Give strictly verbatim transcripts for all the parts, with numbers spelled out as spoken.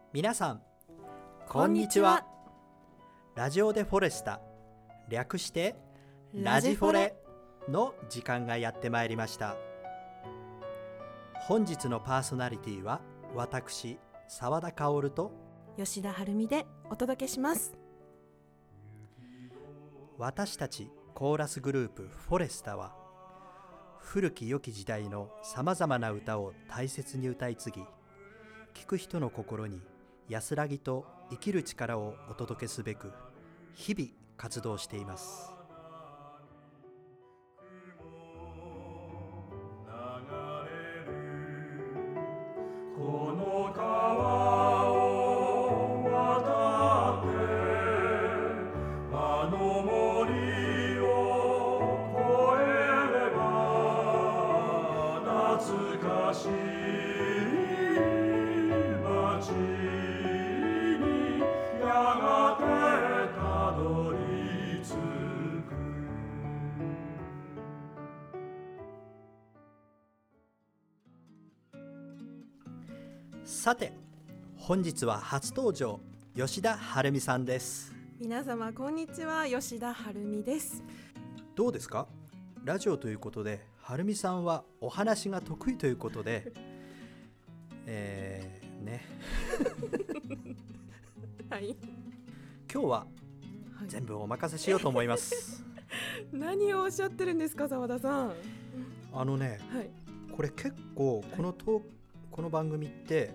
皆さんこんにちは。ラジオデフォレスタ、略してラジフォレの時間がやってまいりました。本日のパーソナリティは私澤田薫と吉田晴美でお届けします。 私たちコーラスグループフォレスタは、古き良き時代のさまざまな歌を大切に歌い継ぎ、聴く人の心に安らぎと生きる力をお届けすべく日々活動しています。 この川を渡ってあの森を越えれば懐かしい街にやがてたどり着く。 さて、本日は初登場、吉田晴美さんです。 皆様こんにちは、吉田晴美です。 どうですか？ラジオということで、晴美さんはお話が得意ということでえーねはい今日は全部お任せしようと思います、 はい、何をおっしゃってるんですか、澤田さん。 あのね、はい、これ結構このトーク、この番組って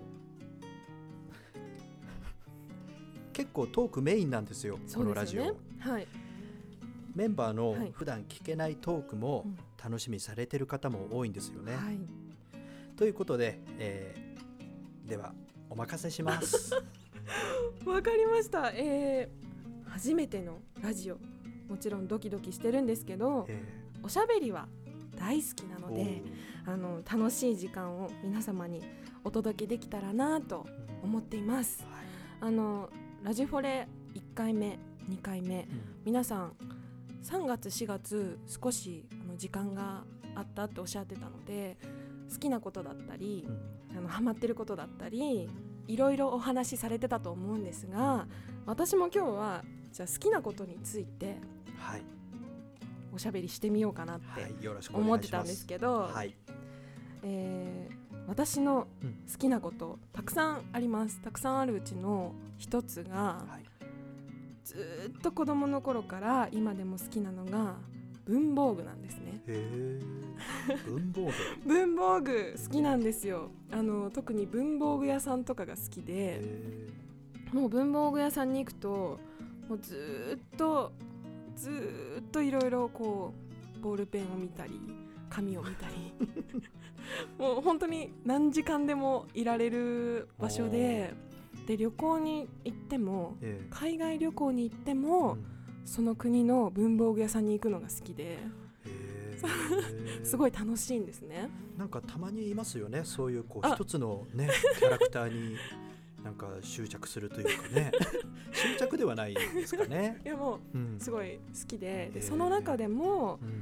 結構トークメインなんですよ、このラジオ、ね、はい、メンバーの普段聞けないトークも楽しみされてる方も多いんですよね、はい、ということで、えー、ではお任せしますわかりました、えー、初めてのラジオ、もちろんドキドキしてるんですけど、えー、おしゃべりは大好きなので、あの楽しい時間を皆様にお届けできたらなと思っています、はい、あのラジフォレいっかいめにかいめ、うん、皆さんさんがつしがつ少しあの時間があったっておっしゃってたので、好きなことだったり、うん、あのハマってることだったりいろいろお話しされてたと思うんですが、私も今日はじゃあ好きなことについて、はい、おしゃべりしてみようかなって思ってたんですけど、はい、えー、私の好きなこと、うん、たくさんあります。たくさんあるうちの一つが、はい、ずっと子供の頃から今でも好きなのが文房具なんですね。 へー、文房具文房具好きなんですよ。あの特に文房具屋さんとかが好きで、もう文房具屋さんに行くともうずっとずっといろいろこうボールペンを見たり紙を見たりもう本当に何時間でもいられる場所で、で旅行に行っても、ええ、海外旅行に行っても、うん、その国の文房具屋さんに行くのが好きで、すごい楽しいんですね。 なんかたまにいますよね、そういうこう一つの、ね、キャラクターになんか執着するというかね執着ではないですかね。 いやもう、うん、すごい好き で, でその中でも、うん、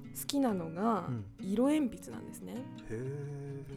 好きなのが色鉛筆なんですね、うん、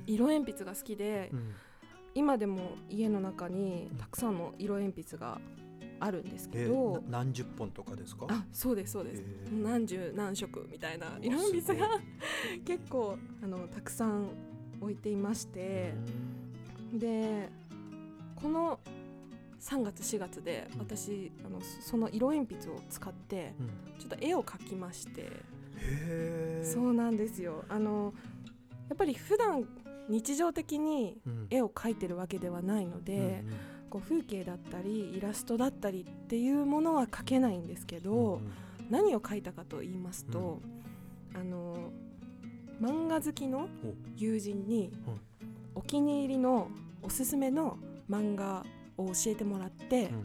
色鉛筆が好きで、うん、今でも家の中にたくさんの色鉛筆があるんですけど、 何十本とかですか？ あ、そうですそうです、何十何色みたいな色鉛筆が結構あのたくさん置いていまして、でこのさんがつしがつで私、うん、あのその色鉛筆を使ってちょっと絵を描きまして、うん、へー、そうなんですよ。あのやっぱり普段日常的に絵を描いてるわけではないので、うんうん、こう風景だったりイラストだったりっていうものは描けないんですけど、うんうん、何を描いたかと言いますと、うん、あの漫画好きの友人にお気に入りのおすすめの漫画を教えてもらって、うん、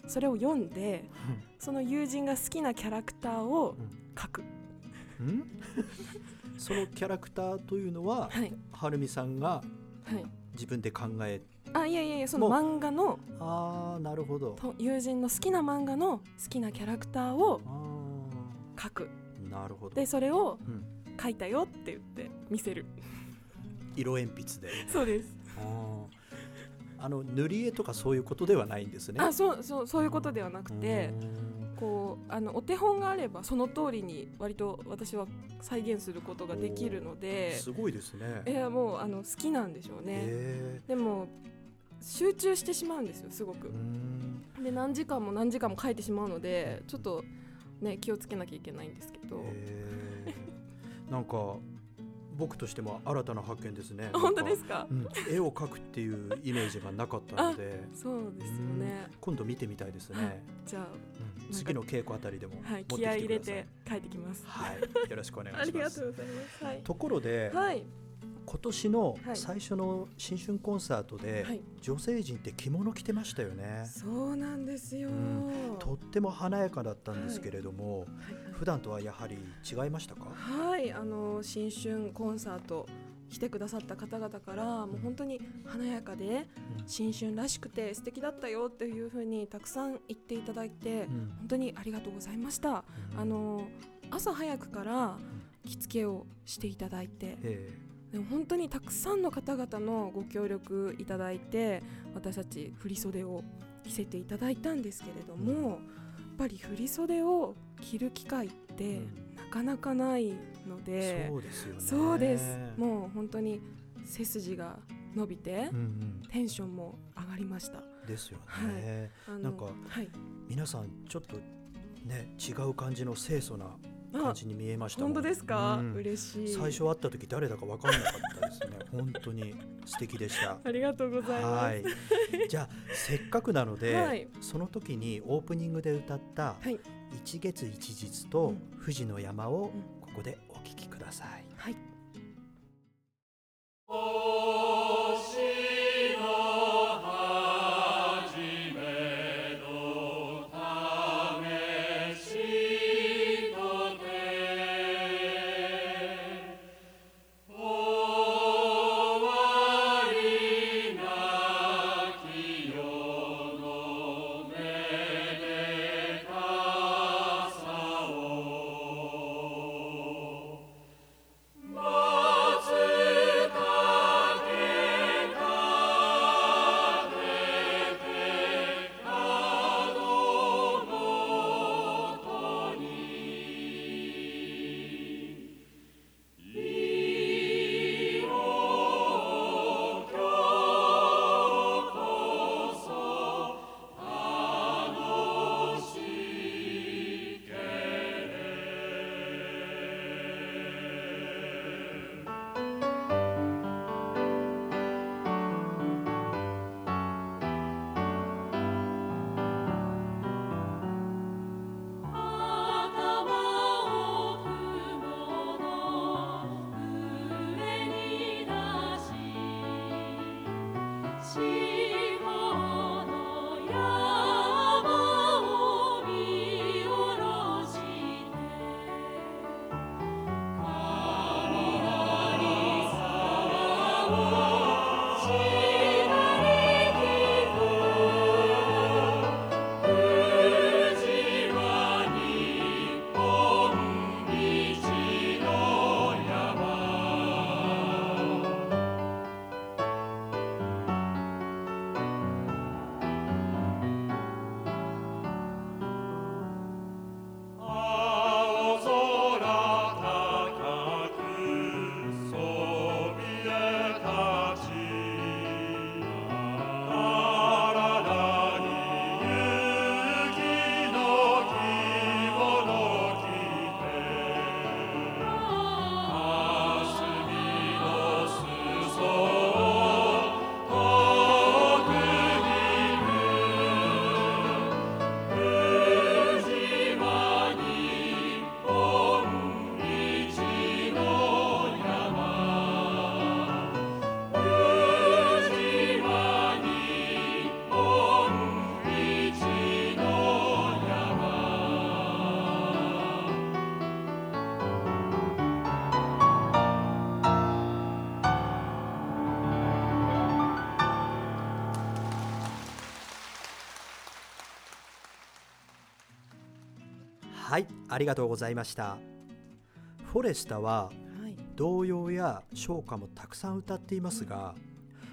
それを読んで、うん、その友人が好きなキャラクターを描く、 うん、そのキャラクターというのは、はい、はるみさんが自分で考え、 はい、あ、いやいやいや、その漫画の、 あ、なるほど、 友人の好きな漫画の好きなキャラクターを描く。 なるほど。 でそれを描いたよって言って見せる、 色鉛筆で。 そうです。 ああの塗り絵とかそういうことではないんですね。 あ、そうそう、そういうことではなくて、こうあのお手本があればその通りに割と私は再現することができるので。 すごいですね。 いや、もうあの好きなんでしょうね。でも集中してしまうんですよ、すごく。で何時間も何時間も描いてしまうので、ちょっとね気をつけなきゃいけないんですけど。 なんか僕としても新たな発見ですね。 本当ですか？ うん、絵を描くっていうイメージがなかったので。 そうですよね。 今度見てみたいですね。 じゃあ、 うん、次の稽古あたりでも持ってきてください。 気合い入れて描いてきます。 はい、よろしくお願いします。 ありがとうございます。はい、 ところで、はい、今年の最初の新春コンサートで、はい、女性陣って着物着てましたよね。 そうなんですよ、うん、 とっても華やかだったんですけれども、はいはいはい、普段とはやはり違いましたか？ はい、あの新春コンサート来てくださった方々からもう本当に華やかで新春らしくて素敵だったよっていう風にたくさん言っていただいて、うん、本当にありがとうございました。うん、あの朝早くから着付けをしていただいて、でも本当にたくさんの方々のご協力いただいて私たち振袖を着せていただいたんですけれども、うん、やっぱり振袖を着る機会ってなかなかないので、 うん、そうですよね。 そうです。もう本当に背筋が伸びて、うんうん、テンションも上がりました。 ですよね。はい、なんか、はい、皆さんちょっとね違う感じの清楚な感じに見えましたもん。 本当ですか？うん、嬉しい。 最初会った時誰だか分からなかったですね。本当に素敵でした。 ありがとうございます。はい、 じゃあせっかくなので、はい、その時にオープニングで歌った一月一日と富士の山をここでお聴きください。 はい。 はい、ありがとうございました。フォレスタは童謡や唱歌もたくさん歌っていますが、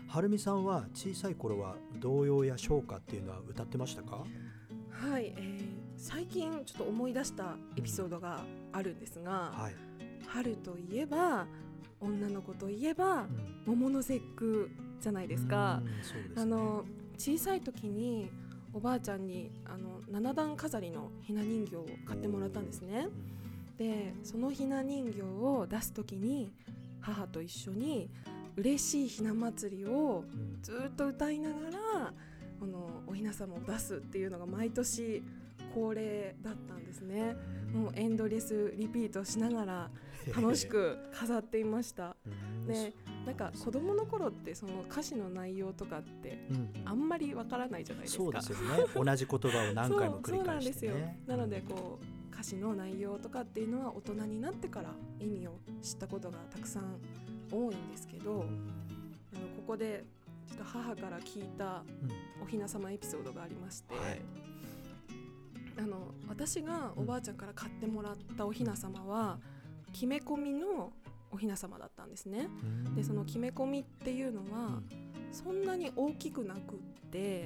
はるみさんは小さい頃は童謡や唱歌っていうのは歌ってましたか？ はい、えー、最近ちょっと思い出したエピソードがあるんですが、うんはい、春といえば女の子といえば、うん、桃の節句じゃないですか。そうですね、あの小さい時におばあちゃんにあの七段飾りのひな人形を買ってもらったんですね。でそのひな人形を出す時に母と一緒に嬉しいひな祭りをずっと歌いながら、このおひな様を出すっていうのが毎年恒例だったんですね。もうエンドレスリピートしながら楽しく飾っていましたで、なんか子供の頃ってその歌詞の内容とかってあんまりわからないじゃないですか。 そうですよね。同じ言葉を何回も繰り返してね。そう、そうなんですよ。 なのでこう歌詞の内容とかっていうのは大人になってから意味を知ったことがたくさん多いんですけど、うん、あのここでちょっと母から聞いたおひな様エピソードがありまして、うんはい、あの私がおばあちゃんから買ってもらったおひな様はきめ込みのおひな様だったんですね。でそのきめ込みっていうのはそんなに大きくなくって、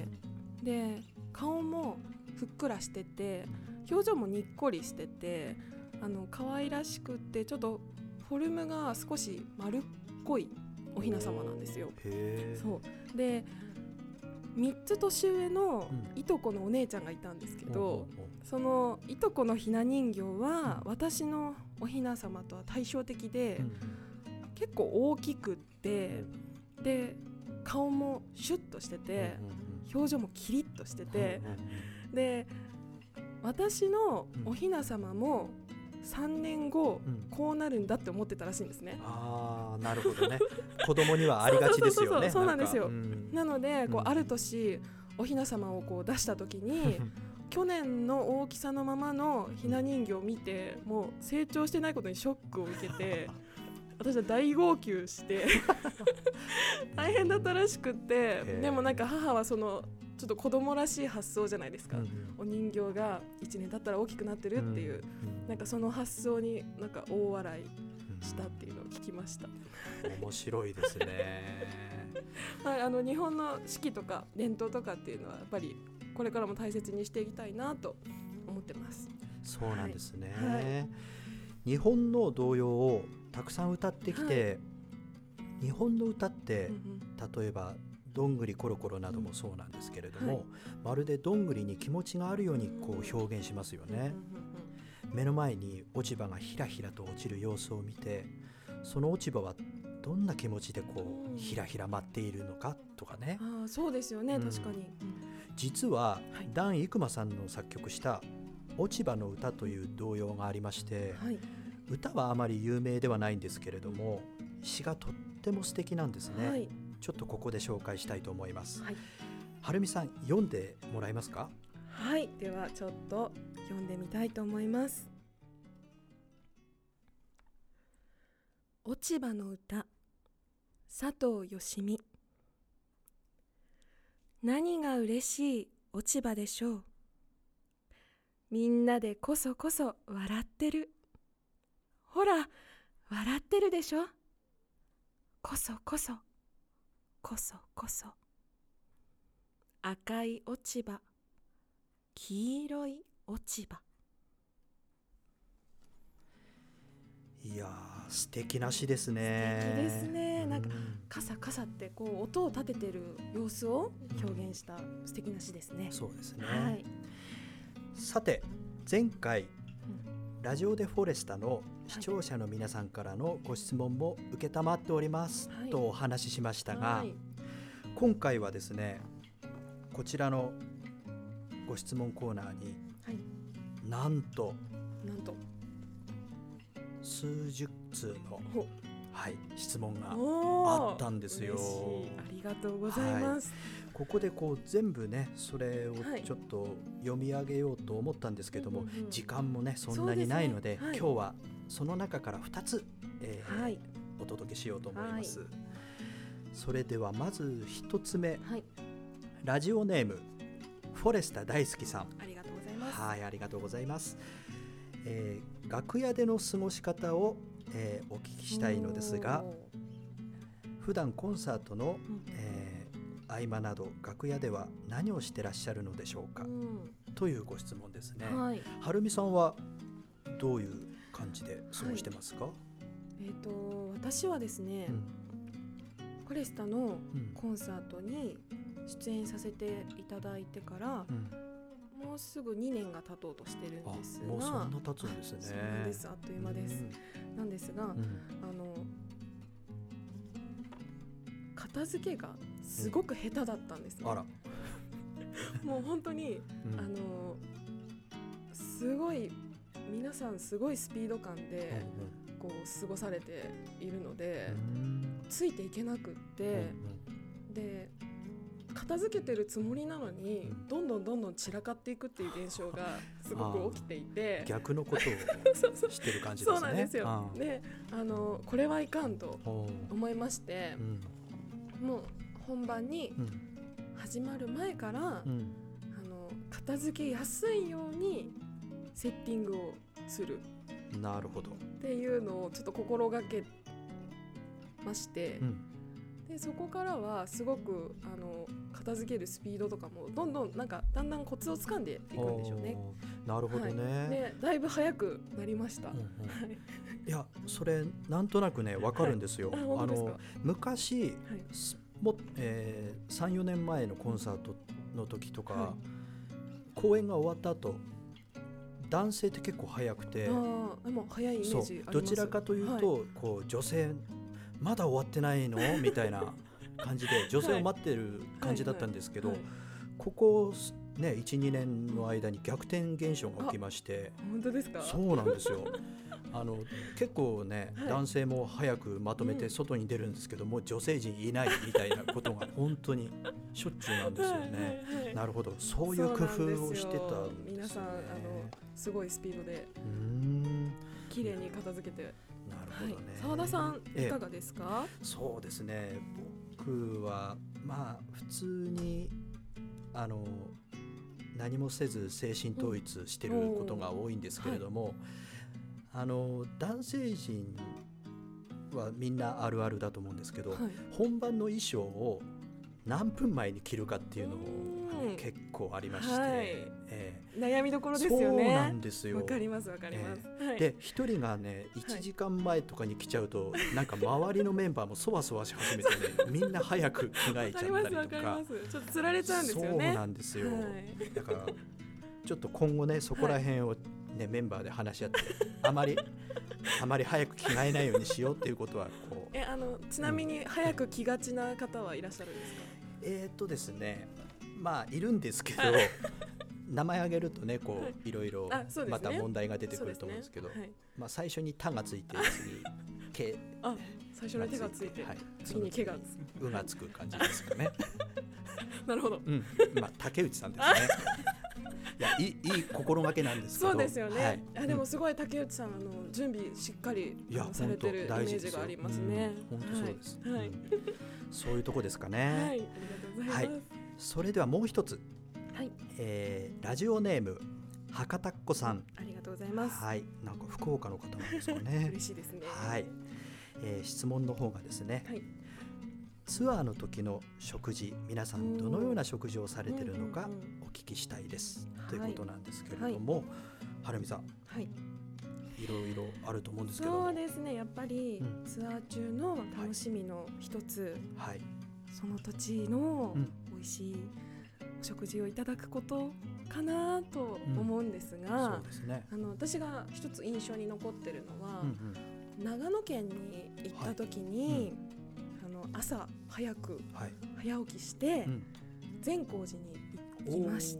で顔もふっくらしてて表情もにっこりしてて、あの可愛らしくってちょっとフォルムが少し丸っこいおひな様なんですよ。へー。そうでみっつ年上のいとこのお姉ちゃんがいたんですけど、うん、そのいとこのひな人形は私のおひな様とは対照的で、うん、結構大きくってで顔もシュッとしてて、うん、表情もキリッとしてて、うん、で私のおひな様もさんねんご、うん、こうなるんだって思ってたらしいんですね。 あー、なるほどね。子供にはありがちですよね。 そうなんですよ。うん、なのでこう、うん、ある年おひな様をこう出した時に去年の大きさのままのひな人形を見てもう成長してないことにショックを受けて私は大号泣して大変だったらしくって、でもなんか母はそのちょっと子供らしい発想じゃないですか、うん、お人形がいちねん経ったら大きくなってるっていう、うん、なんかその発想になんか大笑いしたっていうのを聞きました。 面白いですね。 はい、あの日本の四季とか伝統とかっていうのはやっぱりこれからも大切にしていきたいなと思ってます。 そうなんですね、はいはい、日本の童謡をたくさん歌ってきて、はい、日本の歌って、うんうん、例えばどんぐりコロコロなどもそうなんですけれども、はい、まるでどんぐりに気持ちがあるようにこう表現しますよね。目の前に落ち葉がひらひらと落ちる様子を見て、その落ち葉はどんな気持ちでこうひらひら舞っているのかとかね。 あ、そうですよね、うん、確かに、うん、 実は、はい、ダン・イクマさんの作曲した落ち葉の歌という童謡がありまして、はい、歌はあまり有名ではないんですけれども詩がとっても素敵なんですね、はい、ちょっとここで紹介したいと思います、はい、はるみさん読んでもらえますか？ はい、ではちょっと読んでみたいと思います。落ち葉の歌、佐藤芳美。何が嬉しい落ち葉でしょう。みんなでこそこそ笑ってる。ほら笑ってるでしょ。こそこそこそこそ。赤い落ち葉、黄色い落ち葉。 いやー、素敵な詩ですね。 素敵ですね。なんかカサカサってこう音を立ててる様子を表現した素敵な詩ですね、 うん、そうですね、 はい、 さて前回、うん、ラジオでフォレスタの視聴者の皆さんからのご質問も受けたまっております、はい、とお話ししましたが、はい、今回はですねこちらのご質問コーナーに、はい、なんとなんと数十通の、はい、質問があったんですよ。 ありがとうございます、はい、 ここでこう全部ねそれをちょっと読み上げようと思ったんですけども、はい、時間もねそんなにないの で, で、ねはい、今日はその中からふたつ、えーはい、お届けしようと思います、はい、それではまずひとつめ、はい、ラジオネームフォレスタ大好きさん、 ありがとうございます。 はい、ありがとうございます。えー、楽屋での過ごし方を、えー、お聞きしたいのですが、 普段コンサートの、 うんえー、合間など楽屋では何をしてらっしゃるのでしょうか、 うん、 というご質問ですね。 はい、 はるみさんはどういう感じで過ごしてますか？はい、 えーと、私はですね、うん、フォレスタのコンサートに出演させていただいてから、うん、もうすぐにねんが経とうとしてるんですが、 もうそんな経つんですね。 そうなんです、あっという間です、うん、なんですが、うん、あの片付けがすごく下手だったんですね、 うん、あらもう本当に、うん、あのすごい皆さんすごいスピード感でこう過ごされているので、うん、ついていけなくって、うんうん、で片付けてるつもりなのにどんどんどんどん散らかっていくっていう現象がすごく起きていて逆のことをしてる感じですね。 そうなんですよ。で、あのこれはいかんと思いまして、うん、もう本番に始まる前から、うん、あの片付けやすいようにセッティングをする。 なるほど。 っていうのをちょっと心がけまして、うん、でそこからはすごくあの片付けるスピードとかもどんどんなんかだんだんコツをつかんでいくんでしょうね。 なるほどね、 はい、でだいぶ早くなりました、うんうん、 いやそれなんとなくね分かるんですよ、 はい、 あの昔、はい、も、えー、さん、よねんまえのコンサートの時とか、はい、公演が終わった後男性って結構早くて、 あでも早いイメージあります。 そうどちらかというと、はい、こう女性まだ終わってないのみたいな感じで女性を待ってる感じだったんですけど、はいはいはい、ここ、ね、いち、にねんの間に逆転現象が起きまして。 本当ですか？ そうなんですよあの結構ね、はい、男性も早くまとめて外に出るんですけど、うん、もう女性陣いないみたいなことが本当にしょっちゅうなんですよね。はいはいはい、なるほど、そういう工夫をしてたんですね。 皆さんあのすごいスピードで綺麗に片付けて。 なるほどね。 澤、はい、田さんいかがですか？ そうですね、僕はまあ普通にあの何もせず精神統一してることが多いんですけれども、うん、あの男性陣はみんなあるあるだと思うんですけど、はい、本番の衣装を何分前に着るかっていうのも、ね、結構ありまして、はい、 えー、悩みどころですよね。 そうなんですよ。 わかりますわかります、 えーはい、で一人がねいちじかんまえとかに来ちゃうと、はい、なんか周りのメンバーもそわそわし始めてねみんな早く着替えちゃったりとか。わかりますわかります。 ちょっとつられちゃうんですよね。 そうなんですよ、はい、だからちょっと今後ねそこら辺を、ね、メンバーで話し合ってあまりあまり早く着替えないようにしようっていうことはこうえあのちなみに早く着がちな方はいらっしゃるんですか？ うん、えー、っとですねまあいるんですけど名前挙げるとねこう、はい、いろいろまた問題が出てくると思うんですけど、ねはい、まあ、最初に「た」がついて次「け」 あ最初に手がついて、はい、次に「け」がつく「う」がつく感じですかねなるほど、 うん、まあ竹内さんですねいやいい、いい心がけなんですけど。 そうですよね、はい、あでもすごい竹内さんあの準備しっかりされてるイメージがありますね。 本当そうです、はいはい、うん、そういうとこですかね。 はい、ありがとうございます、はい、 それではもう一つ、 はい、 えー、ラジオネーム博多っ子さん、 ありがとうございます。 はい、なんか福岡の方なんですかね嬉しいですね。 はい、えー、質問の方がですね、はい、ツアーの時の食事、皆さんどのような食事をされているのかお聞きしたいです、うんうんうん、ということなんですけれども、はい、はるみさん、はい、いろいろあると思うんですけども。 そうですね、やっぱり、うん、ツアー中の楽しみの一つ、はい、その土地の美味しいお食事をいただくことかなと思うんですが、うん、そうですね、あの私が一つ印象に残ってるのは、うんうん、長野県に行った時に、はい、うん、朝早く、はい、早起きして、うん、善光寺に行きまして、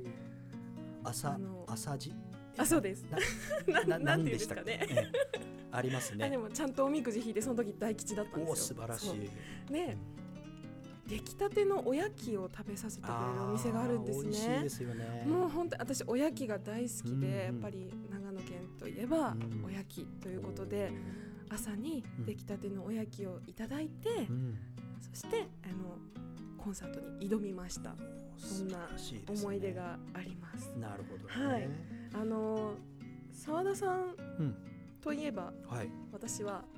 朝あの朝じあそうですななんていうんですかね、 ええ、ありますね。 あでもちゃんとおみくじ引いてその時大吉だったんですよ。 お素晴らしい。 ね、うん、出来たてのおやきを食べさせてくれるお店があるんですね。 美味しいですよね。 もう本当私おやきが大好きで、うんうん、やっぱり長野県といえばおやきということで、うん、朝に出来たてのおやきをいただいて、うん、そしてあのコンサートに挑みました。そんな思い出があります。 なるほどね。 はい、あの澤田さんといえば、うん、はい、私は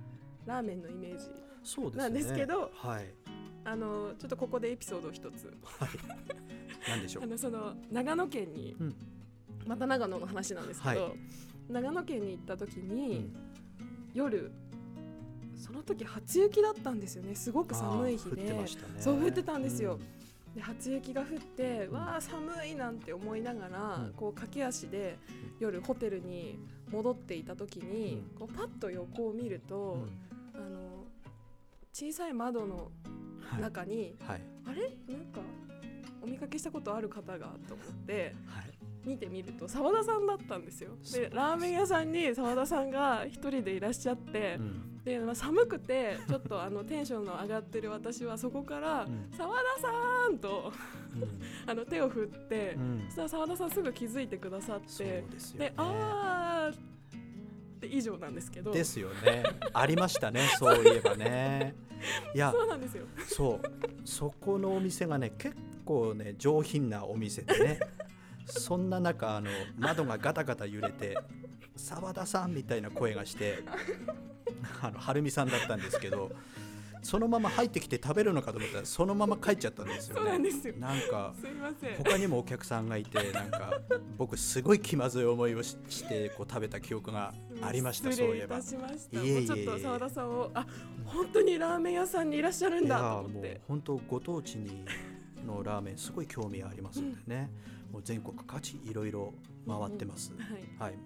ラーメンのイメージそうですね、 なんですけど、 はい、 あのちょっとここでエピソードを一つ、 はい、何でしょう。 あのその長野県に、 うん、 また長野の話なんですけど、 はい、 長野県に行った時に、 うん、 夜その時初雪だったんですよね。すごく寒い日で、 降ってましたね。 そう降ってたんですよ、 うん、 で初雪が降ってわー寒いなんて思いながら、うん、こう駆け足で夜ホテルに戻っていた時に、うん、こうパッと横を見ると、うん、あの小さい窓の中に、はいはい、あれなんかお見かけしたことある方がと思って、はい、見てみると澤田さんだったんですよ。でラーメン屋さんに澤田さんが一人でいらっしゃって、うん、でまあ、寒くてちょっとあのテンションの上がってる私はそこから澤、うん、田さんと、うん、あの手を振って、うん、そしたら澤田さんすぐ気づいてくださって、そうですよね、であーって以上なんですけどですよねありましたねそういえばねいやそうなんですよ。 そうそこのお店がね結構ね上品なお店でねそんな中あの窓がガタガタ揺れて澤田さんみたいな声がしてあのはるみさんだったんですけど、そのまま入ってきて食べるのかと思ったらそのまま帰っちゃったんですよね。 そうなんですよ。 なんかすいません、 他にもお客さんがいてなんか僕すごい気まずい思いを し, してこう食べた記憶がありました。そういえば失礼いたしました。いえいえいえ、もうちょっと澤田さんをあ本当にラーメン屋さんにいらっしゃるんだと思って。いやもう本当ご当地にのラーメンすごい興味ありますのでね、うん、もう全国各地いろいろ回ってます、うん、はい、はい、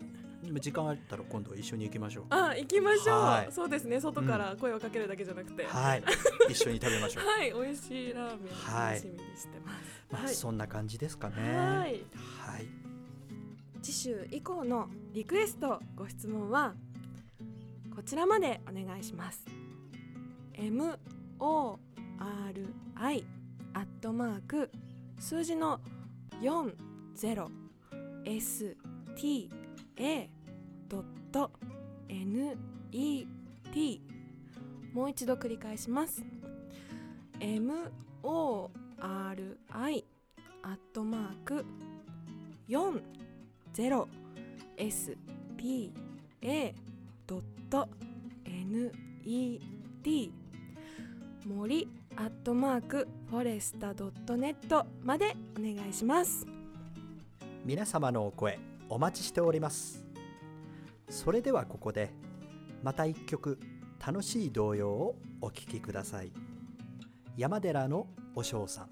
時間あったら今度一緒に行きましょう。あ、行きましょう、はい、そうですね、外から声をかけるだけじゃなくて、うん、 はい一緒に食べましょうはい、美味しいラーメン楽しみにしてます、はい、 まあはい、 そんな感じですかね。 はい、はい、次週以降のリクエストご質問はこちらまでお願いします。 エムオーアールアイ アットマーク数字の よんじゅうエスティーエードットネット もう一度繰り返します。 エムオーアールアイ アットマーク よんじゅうエスティーエードットネット 森アットマークフォレスタドットネットまでお願いします。 皆様のお声お待ちしております。それではここでまた一曲楽しい童謡をお聴きください。山寺のお嬢さん。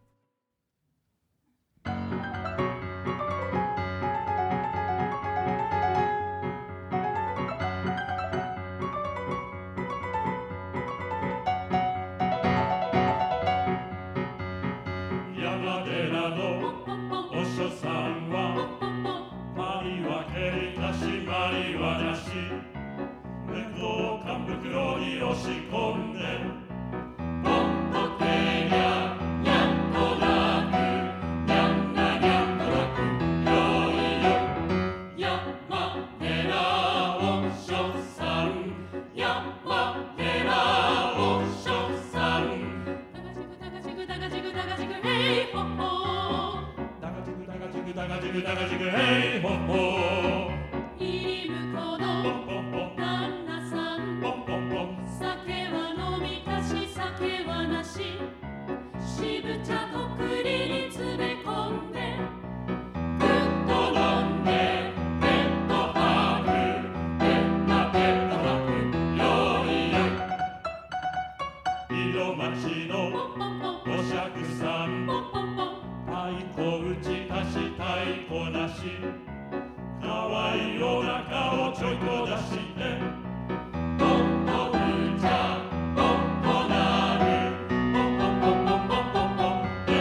山寺のお嬢さんは針は蹴りなし針はなし、猫を缶袋に押し込んでポンとてりゃにゃんとなくにゃんがにゃんとなくよいよ山寺お嬢さん山寺お嬢さんダガジグダガジグダガジグダガジグヘイホッホーダガジグダガジグダガジグダガジグヘイホッホー入り向こうの旦那さん酒は飲みかし酒はなし渋茶と栗に詰め込んでぐっと飲んでペットハーフペッタペッタハーフよいよい色町のお酌さん太鼓打ちかし太鼓なしかわいいお腹をちょいと出してポンポンちゃポンポなるポンポンポンポンポンポンポンえ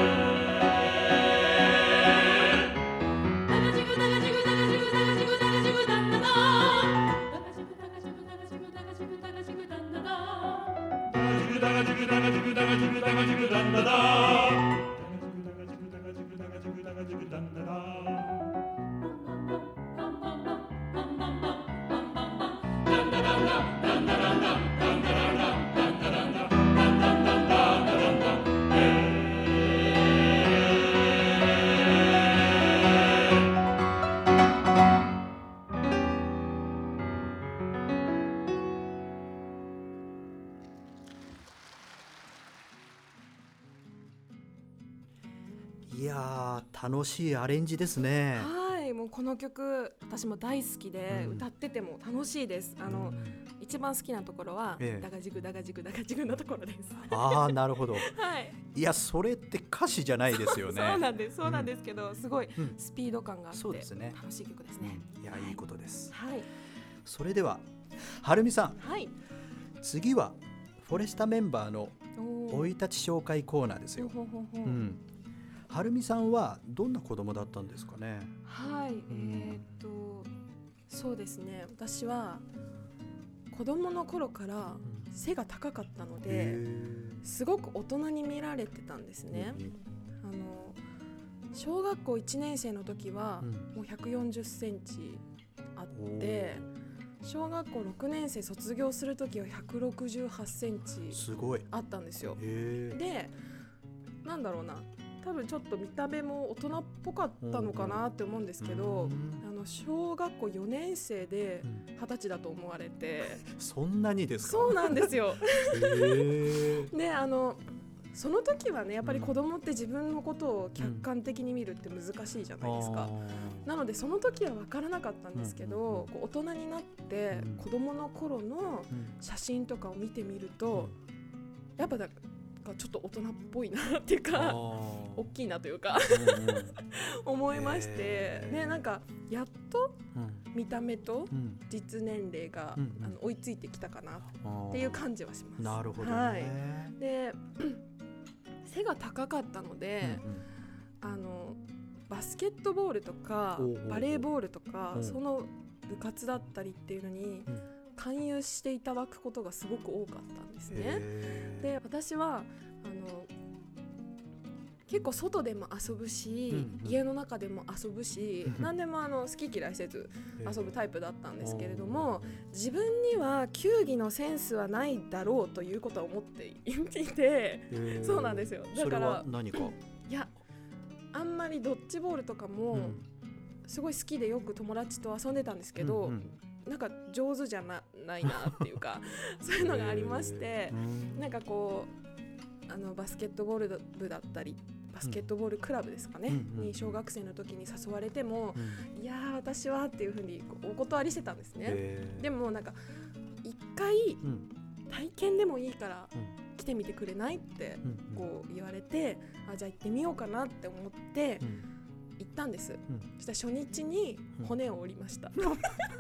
ーダガジグダガジグダガジグダガジグダガジグダンダダダガジグダガジグダガジグダガジグダガジグダンダダダガジグダガジグダガジグダガジグダガジグダンダダダガジグダガジグダガジグダガジグダガジグダンダダいやー楽しいアレンジですね。 はい、もうこの曲私も大好きで、うん、歌ってても楽しいです。あの、うん、一番好きなところは、ええ、ダガジグダガジグダガジグのところです。 ああなるほど、 はい、 いやそれって歌詞じゃないですよね。 そうなんですそうなんですけど、うん、すごいスピード感があって、うん、楽しい曲ですね。 いや、はい、いいことです。 はい、 それでははるみさん、 はい、 次はフォレスタメンバーの生い立ち紹介コーナーですよ。 ほうほうほう、 うん、はるみさんはどんな子供だったんですかね。 はい、うん、えー、っとそうですね、私は子供の頃から背が高かったので、うん、すごく大人に見られてたんですね。あの小学校いちねん生の時はもうひゃくよんじゅっセンチあって、うん、小学校ろくねん生卒業する時はひゃくろくじゅうはちセンチあったんですよ。で、なんだろうな、多分ちょっと見た目も大人っぽかったのかなって思うんですけど、あの小学校よねん生ではたちだと思われて、 うん、そんなにですか。 そうなんですよ。で、あのその時はね、やっぱり子供って自分のことを客観的に見るって難しいじゃないですか、うん、なのでその時は分からなかったんですけど、うん、こう大人になって子供の頃の写真とかを見てみると、やっぱだちょっと大人っぽいなっていうか大きいなというか思いまして、でなんかやっと見た目と実年齢が、うん、あの追いついてきたかなっていう感じはします。 なるほどね、 はい、で背が高かったので、うんうん、あのバスケットボールとかバレーボールとか、うん、その部活だったりっていうのに勧誘していただくことがすごく多かったんですね。で、私はあの結構外でも遊ぶし、うんうん、家の中でも遊ぶし、何でもあの好き嫌いせず遊ぶタイプだったんですけれども、自分には球技のセンスはないだろうということは思っていて、そうなんですよ。だからそれは何か、 いや、あんまりドッジボールとかもすごい好きでよく友達と遊んでたんですけど、うんうん、なんか上手じゃ な, ないなっていうかそういうのがありまして、なんかこうあのバスケットボール部だったりバスケットボールクラブですかね、うん、に小学生の時に誘われても、うん、いやー私はっていう風にお断りしてたんですね。でもなんか一回体験でもいいから来てみてくれないってこう言われて、あ、じゃあ行ってみようかなって思って行ったんです、うん、そしたら初日に骨を折りました、うん、あら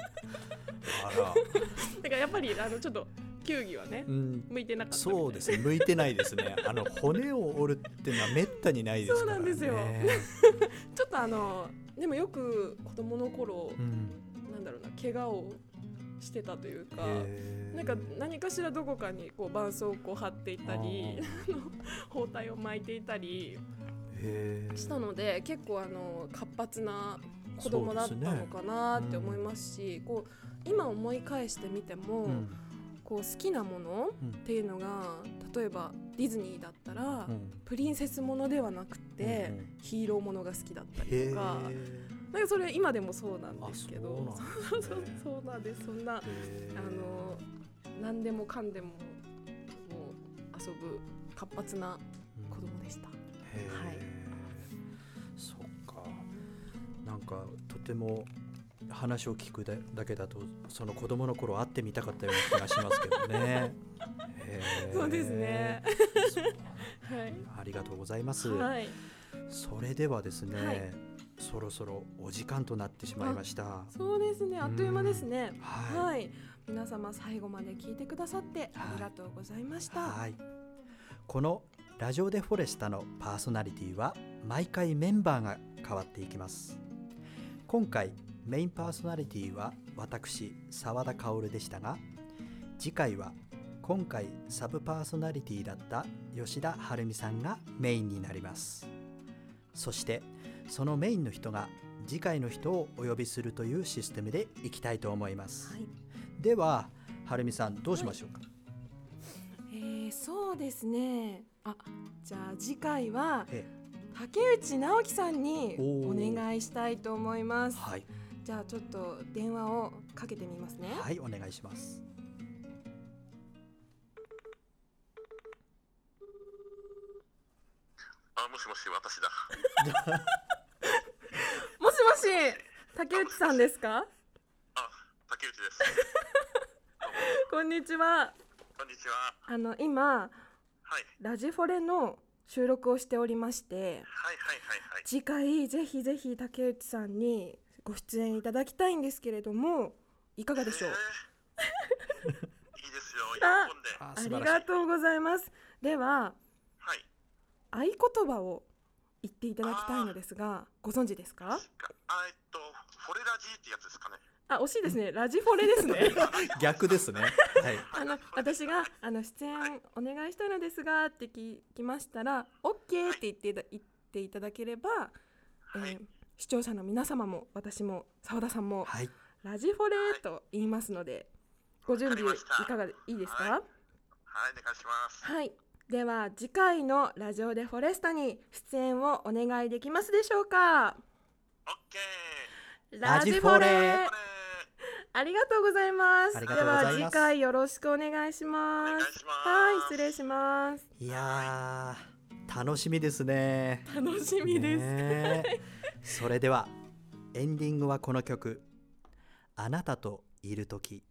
だからやっぱりあのちょっと球技はね、うん、向いてなかったみたいな。 そうですね、向いてないですね。あの骨を折るってのはめったにないですからね。 そうなんですよちょっとあのでもよく子供の頃、うん、なんだろうな、怪我をしてたというか、なんか何かしらどこかにこう絆創膏を貼っていたり包帯を巻いていたりしたので、結構あの活発な子供だったのかなって思いますし、うん、こう今思い返してみても、うん、こう好きなものっていうのが、うん、例えばディズニーだったら、うん、プリンセスものではなくて、うん、ヒーローものが好きだったりとか、なんかそれ今でもそうなんですけど、そうそうそうなんです。そんなあの何でもかんでももう遊ぶ活発な子供でした。 へー、はい、そっか。なんかとても話を聞くだけだとその子供の頃会ってみたかったような気がしますけどねそうですねはい、ありがとうございます、 はい、 それではですね、はい、そろそろお時間となってしまいました。 そうですね、あっという間ですね、はいはい、皆様最後まで聞いてくださってありがとうございました、 はいはい、このラジオデフォレスタのパーソナリティは毎回メンバーが変わっていきます。今回メインパーソナリティは私澤田薫でしたが、次回は今回サブパーソナリティだった吉田晴美さんがメインになります。そしてそのメインの人が次回の人をお呼びするというシステムでいきたいと思います、はい、では晴美さんどうしましょうか。はい、 えー、そうですね、あ、じゃあ次回は竹内直樹さんにお願いしたいと思います。はい、じゃあちょっと電話をかけてみますね。 はい、お願いします。 あ、もしもし、私だ。 もしもし、竹内さんですか？ あ、竹内です。 こんにちは。 こんにちは。 あの今、 はい。 ラジフォレの収録をしておりまして、 はいはいはいはい。 次回ぜひぜひ竹内さんにご出演いただきたいんですけれども、いかがでしょう？ えー、いいですよ。 あ喜んで。 あありがとうございます。では、 はい。 合言葉を言っていただきたいのですが、ご存知ですか？ あ、えっと、フォレラジーってやつですかね。 あ、惜しいですね。ラジフォレですね。 逆ですね。はい。 あの私があの出演お願いしたいのですがって聞きましたら、オッケーって言っていた、言っていただければ、 はいえー視聴者の皆様も私も澤田さんも、 はい。 ラジフォレと言いますので、ご準備いかがでいいですか？ はい、はい、お願いします。 はい。では次回のラジオでフォレスタに出演をお願いできますでしょうか？ オッケー。 ラジフォレラジフォレありがとうございます。 ありがとうございますでは次回よろしくお願いしおます。 願いします。 はい、失礼します。 いやー、楽しみですね。 楽しみです。 ねえそれではエンディングはこの曲、あなたといるとき。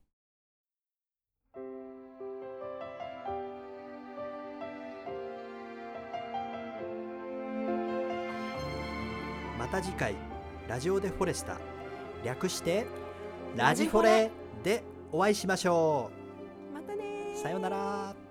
また次回ラジオでフォレスタ、略してラジフォレでお会いしましょまたねー。 う。さようなら。